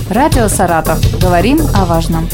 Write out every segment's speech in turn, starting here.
Радио «Саратов». Говорим о важном.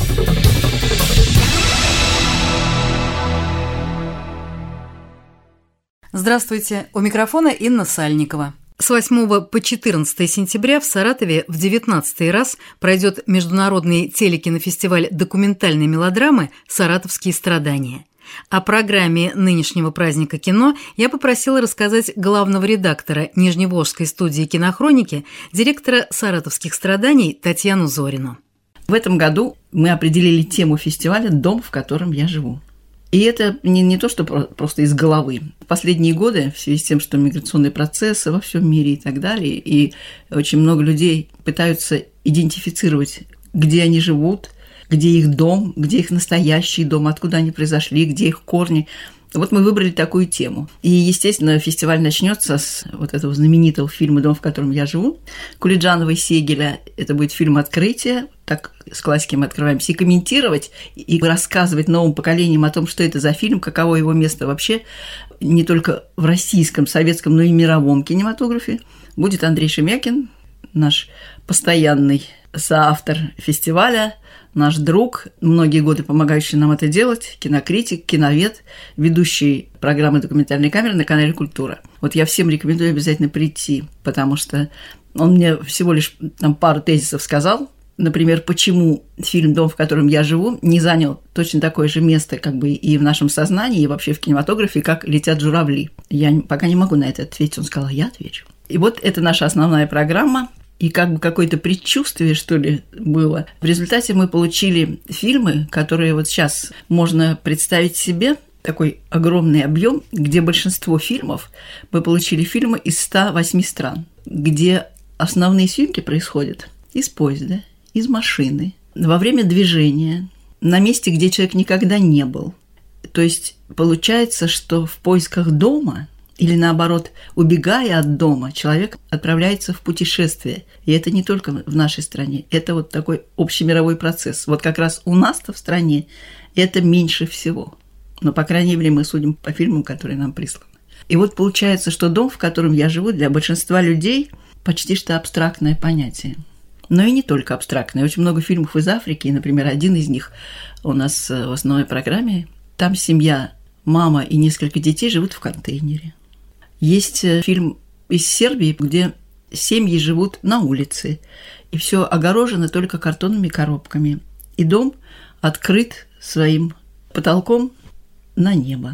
Здравствуйте, у микрофона Инна Сальникова. С 8 по 14 сентября в Саратове в 19-й раз пройдет международный телекинофестиваль документальной мелодрамы «Саратовские страдания». О программе нынешнего праздника кино я попросила рассказать главного редактора Нижневолжской студии кинохроники, директора «Саратовских страданий» Татьяну Зорину. В этом году мы определили тему фестиваля «Дом, в котором я живу». И это не то, что просто из головы. В последние годы, в связи с тем, что миграционные процессы во всем мире и так далее, и очень много людей пытаются идентифицировать, где они живут, где их дом, где их настоящий дом, откуда они произошли, где их корни. Вот мы выбрали такую тему. И, естественно, фестиваль начнется с вот этого знаменитого фильма «Дом, в котором я живу» Кулиджанова и Сегеля. Это будет фильм «Открытие». Так с классикой мы открываемся. И комментировать, и рассказывать новым поколениям о том, что это за фильм, каково его место вообще не только в российском, советском, но и мировом кинематографе, будет Андрей Шемякин, наш постоянный соавтор фестиваля, наш друг, многие годы помогающий нам это делать, кинокритик, киновед, ведущий программы «Документальной камеры» на канале «Культура». Вот я всем рекомендую обязательно прийти, потому что он мне всего лишь пару тезисов сказал. Например, почему фильм «Дом, в котором я живу» не занял точно такое же место как бы и в нашем сознании, и вообще в кинематографе, как «Летят журавли». Я пока не могу на это ответить. Он сказал, я отвечу. И вот это наша основная программа. И как бы какое-то предчувствие, что ли, было. В результате мы получили фильмы, которые вот сейчас можно представить себе, такой огромный объем, где большинство фильмов, мы получили фильмы из 108 стран, где основные съемки происходят из поезда, из машины, во время движения, на месте, где человек никогда не был. То есть получается, что в поисках дома или, наоборот, убегая от дома, человек отправляется в путешествие. И это не только в нашей стране, это вот такой общемировой процесс. Вот как раз у нас-то в стране это меньше всего. Но, по крайней мере, мы судим по фильмам, которые нам присланы. И вот получается, что дом, в котором я живу, для большинства людей почти что абстрактное понятие. Но и не только абстрактное. Очень много фильмов из Африки, и, например, один из них у нас в основной программе. Там семья, мама и несколько детей живут в контейнере. Есть фильм из Сербии, где семьи живут на улице, и все огорожено только картонными коробками. И дом открыт своим потолком на небо.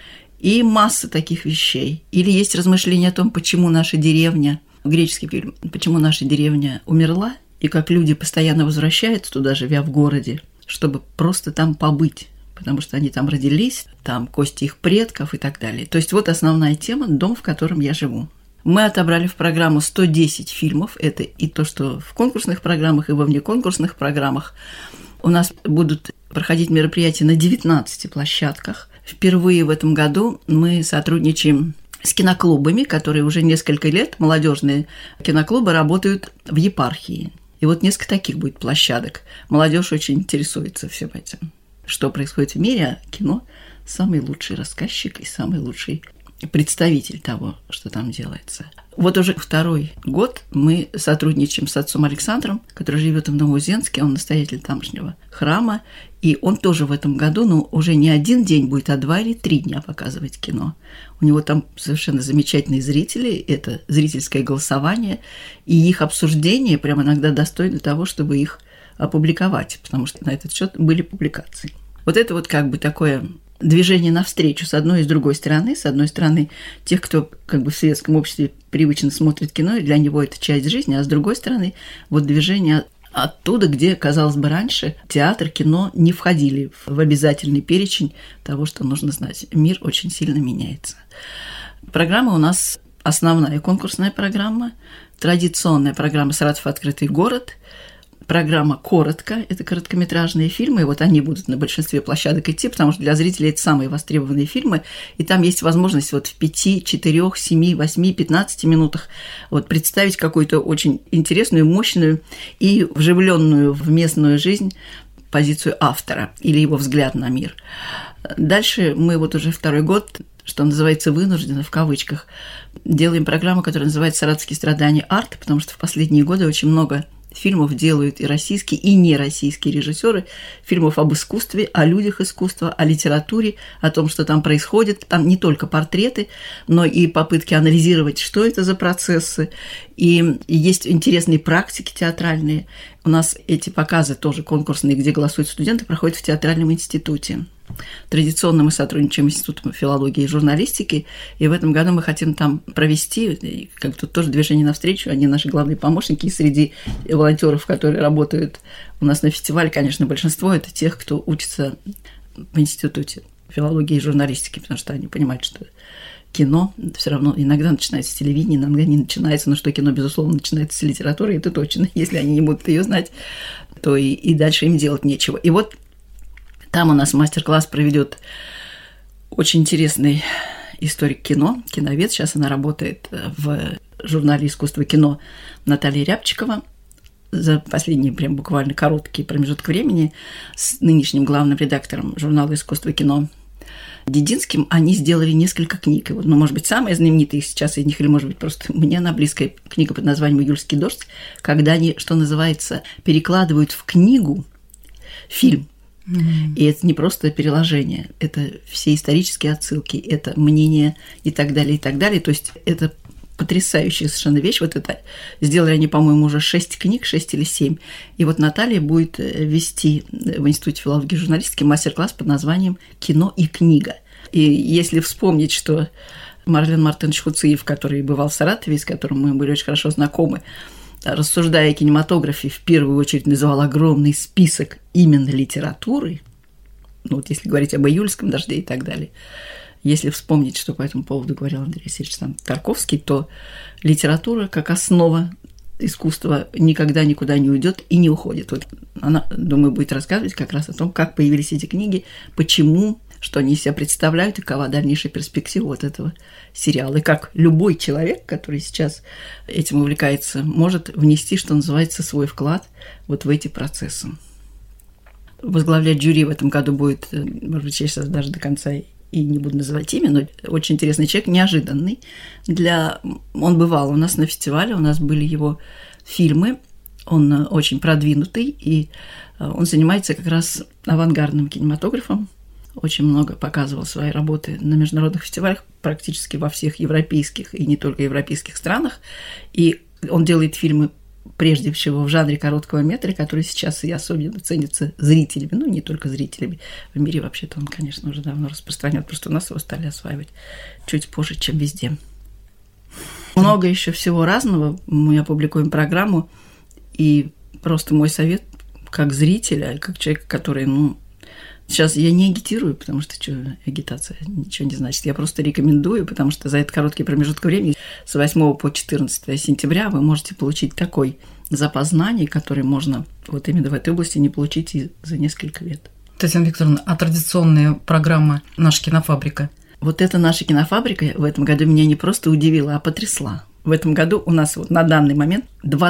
И масса таких вещей. Или есть размышления о том, почему наша деревня, греческий фильм, почему наша деревня умерла, и как люди постоянно возвращаются туда, живя в городе, чтобы просто там побыть. Потому что они там родились, там кости их предков и так далее. То есть вот основная тема «Дом, в котором я живу». Мы отобрали в программу 110 фильмов. Это и то, что в конкурсных программах, и во внеконкурсных программах. У нас будут проходить мероприятия на 19 площадках. Впервые в этом году мы сотрудничаем с киноклубами, которые уже несколько лет, молодежные киноклубы, работают в епархии. И вот несколько таких будет площадок. Молодежь очень интересуется всем этим. Что происходит в мире, а кино – самый лучший рассказчик и самый лучший представитель того, что там делается. Вот уже второй год мы сотрудничаем с отцом Александром, который живет в Новоузенске, он настоятель тамошнего храма, и он тоже в этом году, но уже не один день будет, а 2 или 3 дня показывать кино. У него там совершенно замечательные зрители, это зрительское голосование, и их обсуждение прямо иногда достойно того, чтобы их опубликовать, потому что на этот счет были публикации. Вот это вот как бы такое движение навстречу с одной и с другой стороны. С одной стороны, тех, кто как бы в светском обществе привычно смотрит кино, и для него это часть жизни, а с другой стороны, вот движение оттуда, где, казалось бы, раньше театр, кино не входили в обязательный перечень того, что нужно знать. Мир очень сильно меняется. Программа у нас основная конкурсная программа, традиционная программа «Саратов. Открытый город», программа «Коротко», это короткометражные фильмы, и вот они будут на большинстве площадок идти, потому что для зрителей это самые востребованные фильмы, и там есть возможность вот в 5, 4, 7, 8, 15 минутах вот представить какую-то очень интересную, мощную и вживленную в местную жизнь позицию автора или его взгляд на мир. Дальше мы вот уже второй год, что называется, вынужденно, в кавычках, делаем программу, которая называется «Саратовские страдания. Арт», потому что в последние годы очень много Фильмов делают и российские, и нероссийские режиссеры. Фильмов об искусстве, о людях искусства, о литературе, о том, что там происходит. Там не только портреты, но и попытки анализировать, что это за процессы. И есть интересные практики театральные. У нас эти показы тоже конкурсные, где голосуют студенты, проходят в театральном институте. Традиционно мы сотрудничаем с Институтом филологии и журналистики, и в этом году мы хотим там провести, как тут тоже движение навстречу, они наши главные помощники, и среди волонтеров, которые работают у нас на фестивале, конечно, большинство это тех, кто учится в Институте филологии и журналистики, потому что они понимают, что кино все равно иногда начинается с телевидения, иногда не начинается, но что кино, безусловно, начинается с литературы, это точно. Если они не будут ее знать, то и дальше им делать нечего. И вот там у нас мастер-класс проведет очень интересный историк кино, киновед. Сейчас она работает в журнале «Искусство и кино» Наталья Рябчикова. За последний прям буквально короткий промежуток времени с нынешним главным редактором журнала «Искусство и кино» Дединским они сделали несколько книг. И вот, может быть, самая знаменитая сейчас из них, или, может быть, просто мне она близкая книга под названием «Июльский дождь», когда они, что называется, перекладывают в книгу фильм. И это не просто переложение, это все исторические отсылки, это мнения и так далее, и так далее. То есть это потрясающая совершенно вещь. Вот это сделали они, по-моему, уже 6 книг, 6 или 7. И вот Наталья будет вести в Институте филологии и журналистики мастер-класс под названием «Кино и книга». И если вспомнить, что Марлен Мартынович Хуциев, который бывал в Саратове, с которым мы были очень хорошо знакомы, рассуждая о кинематографе, в первую очередь называл огромный список именно литературы, ну вот если говорить об июльском дожде и так далее, если вспомнить, что по этому поводу говорил Андрей Васильевич Тарковский, то литература как основа искусства никогда никуда не уйдет и не уходит. Вот она, думаю, будет рассказывать как раз о том, как появились эти книги, почему, что они из себя представляют и какова дальнейшая перспектива вот этого сериала. И как любой человек, который сейчас этим увлекается, может внести, что называется, свой вклад вот в эти процессы. Возглавлять жюри в этом году будет, может быть, я сейчас даже до конца и не буду называть имя, но очень интересный человек, неожиданный. Он бывал у нас на фестивале, у нас были его фильмы, он очень продвинутый, и он занимается как раз авангардным кинематографом, очень много показывал свои работы на международных фестивалях, практически во всех европейских и не только европейских странах, и он делает фильмы прежде всего в жанре короткого метра, который сейчас и особенно ценится зрителями, ну, не только зрителями. В мире вообще-то он, конечно, уже давно распространен, просто у нас его стали осваивать чуть позже, чем везде. Много еще всего разного. Мы опубликуем программу, и просто мой совет как зрителя, как человек, который, сейчас я не агитирую, потому что агитация ничего не значит. Я просто рекомендую, потому что за этот короткий промежуток времени с 8 по 14 сентября вы можете получить такой запас знаний, который можно вот именно в этой области не получить и за несколько лет. Татьяна Викторовна, а традиционная программа «Наша кинофабрика»? Вот эта «Наша кинофабрика» в этом году меня не просто удивила, а потрясла. В этом году у нас вот на данный момент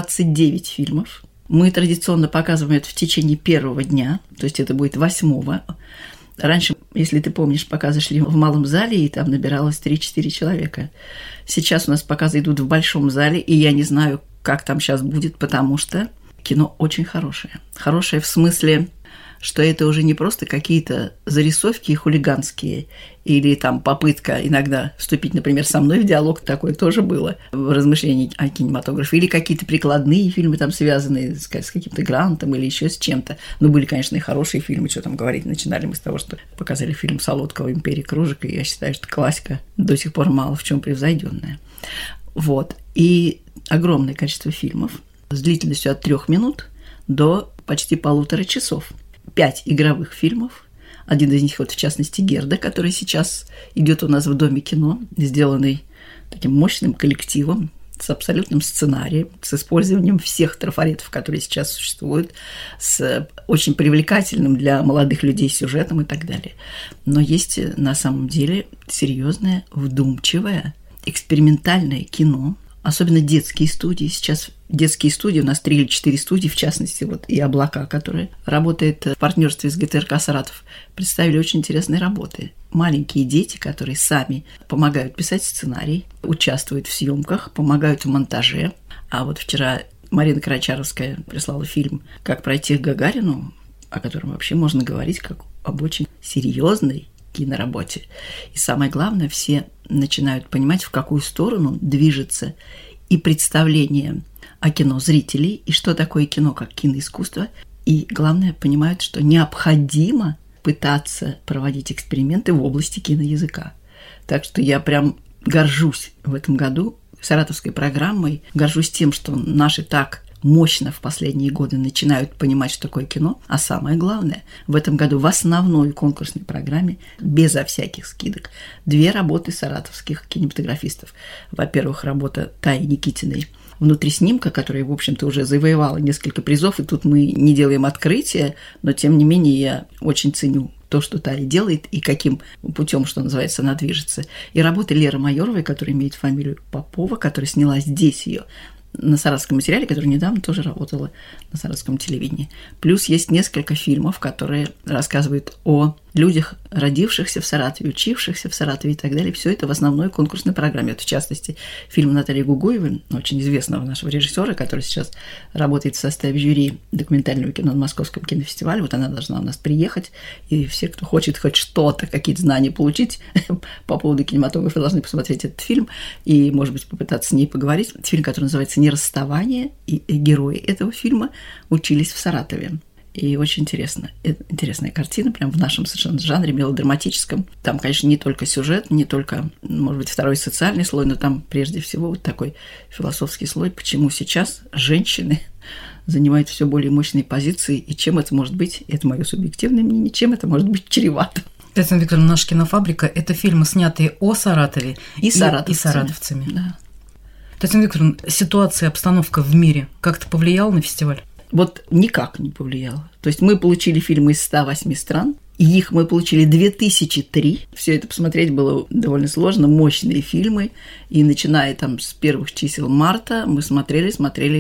29 фильмов. Мы традиционно показываем это в течение первого дня, то есть это будет 8-го. Раньше, если ты помнишь, показы шли в малом зале, и там набиралось 3-4 человека. Сейчас у нас показы идут в большом зале, и я не знаю, как там сейчас будет, потому что кино очень хорошее. Хорошее в смысле, что это уже не просто какие-то зарисовки хулиганские или там попытка иногда вступить, например, со мной в диалог, такое тоже было в размышлении о кинематографе, или какие-то прикладные фильмы там связанные с каким-то грантом или еще с чем-то. Ну, были, конечно, и хорошие фильмы, что там говорить. Начинали мы с того, что показали фильм Солодкова «Империя кружек», и я считаю, что классика до сих пор мало в чем превзойденная. Вот. И огромное количество фильмов с длительностью от 3 минут до почти 1,5 часа. 5 игровых фильмов. Один из них, вот в частности, «Герда», который сейчас идет у нас в Доме кино, сделанный таким мощным коллективом, с абсолютным сценарием, с использованием всех трафаретов, которые сейчас существуют, с очень привлекательным для молодых людей сюжетом и так далее. Но есть на самом деле серьезное, вдумчивое, экспериментальное кино, особенно детские студии. Сейчас детские студии, у нас 3 или 4 студии, в частности, вот и «Облака», которая работает в партнерстве с ГТРК «Саратов», представили очень интересные работы. Маленькие дети, которые сами помогают писать сценарий, участвуют в съемках, помогают в монтаже. А вот вчера Марина Карачаровская прислала фильм «Как пройти к Гагарину», о котором вообще можно говорить как об очень серьезной киноработе. И самое главное, все начинают понимать, в какую сторону движется и представление о кино зрителей, и что такое кино как киноискусство. И главное, понимают, что необходимо пытаться проводить эксперименты в области киноязыка. Так что я прям горжусь в этом году саратовской программой, горжусь тем, что наши так мощно в последние годы начинают понимать, что такое кино. А самое главное, в этом году в основной конкурсной программе, безо всяких скидок, 2 работы саратовских кинематографистов. Во-первых, работа Таи Никитиной «Внутри снимка», которая, в общем-то, уже завоевала несколько призов, и тут мы не делаем открытия, но, тем не менее, я очень ценю то, что Тая делает, и каким путем, что называется, она движется. И работа Леры Майоровой, которая имеет фамилию Попова, которая сняла здесь ее на саратовском материале, которая недавно тоже работала на саратовском телевидении. Плюс есть несколько фильмов, которые рассказывают о людях, родившихся в Саратове, учившихся в Саратове и так далее. Все это в основной конкурсной программе. Это, в частности, фильм Натальи Гугуевой, очень известного нашего режиссера, который сейчас работает в составе жюри документального кино на Московском кинофестивале. Вот она должна у нас приехать, и все, кто хочет хоть что-то, какие-то знания получить по поводу кинематографа, должны посмотреть этот фильм и, может быть, попытаться с ней поговорить. Это фильм, который называется «Нерасставание», и герои этого фильма учились в Саратове. И очень интересно. Интересная картина, прям в нашем совершенно жанре мелодраматическом. Там, конечно, не только сюжет, не только, может быть, второй социальный слой, но там прежде всего вот такой философский слой, почему сейчас женщины занимают все более мощные позиции, и чем это может быть, это мое субъективное мнение, чем это может быть чревато. Татьяна Викторовна, наша кинофабрика – это фильмы, снятые о Саратове и саратовцами. Да. Татьяна Викторовна, ситуация, обстановка в мире как-то повлияла на фестиваль? Вот никак не повлияло. То есть мы получили фильмы из 108 стран, и их мы получили 2003. Все это посмотреть было довольно сложно, мощные фильмы. И начиная там с первых чисел марта мы смотрели.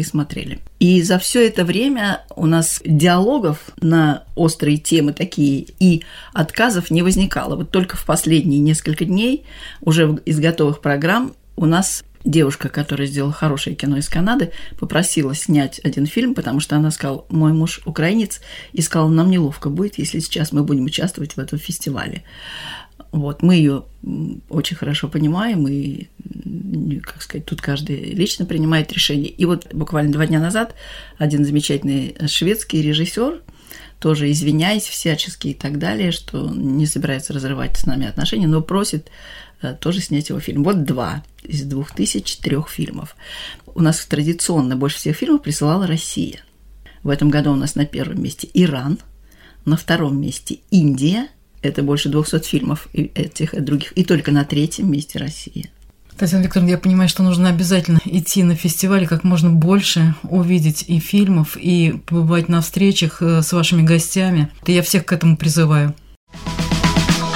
И за все это время у нас диалогов на острые темы такие и отказов не возникало. Вот только в последние несколько дней уже из готовых программ у нас девушка, которая сделала хорошее кино из Канады, попросила снять один фильм, потому что она сказала, мой муж украинец, и сказала, нам неловко будет, если сейчас мы будем участвовать в этом фестивале. Вот, мы ее очень хорошо понимаем, и, как сказать, тут каждый лично принимает решение. И вот буквально 2 дня назад один замечательный шведский режиссер, тоже извиняясь всячески и так далее, что не собирается разрывать с нами отношения, но просит тоже снять его фильм. Вот 2 из 2003 фильмов. У нас традиционно больше всех фильмов присылала Россия. В этом году у нас на 1 месте Иран, на 2 месте Индия, это больше 200 фильмов и этих и других, и только на 3 месте Россия. Татьяна Викторовна, я понимаю, что нужно обязательно идти на фестиваль, как можно больше увидеть и фильмов, и побывать на встречах с вашими гостями. И я всех к этому призываю.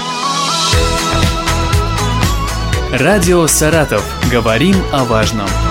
Радио «Саратов». Говорим о важном.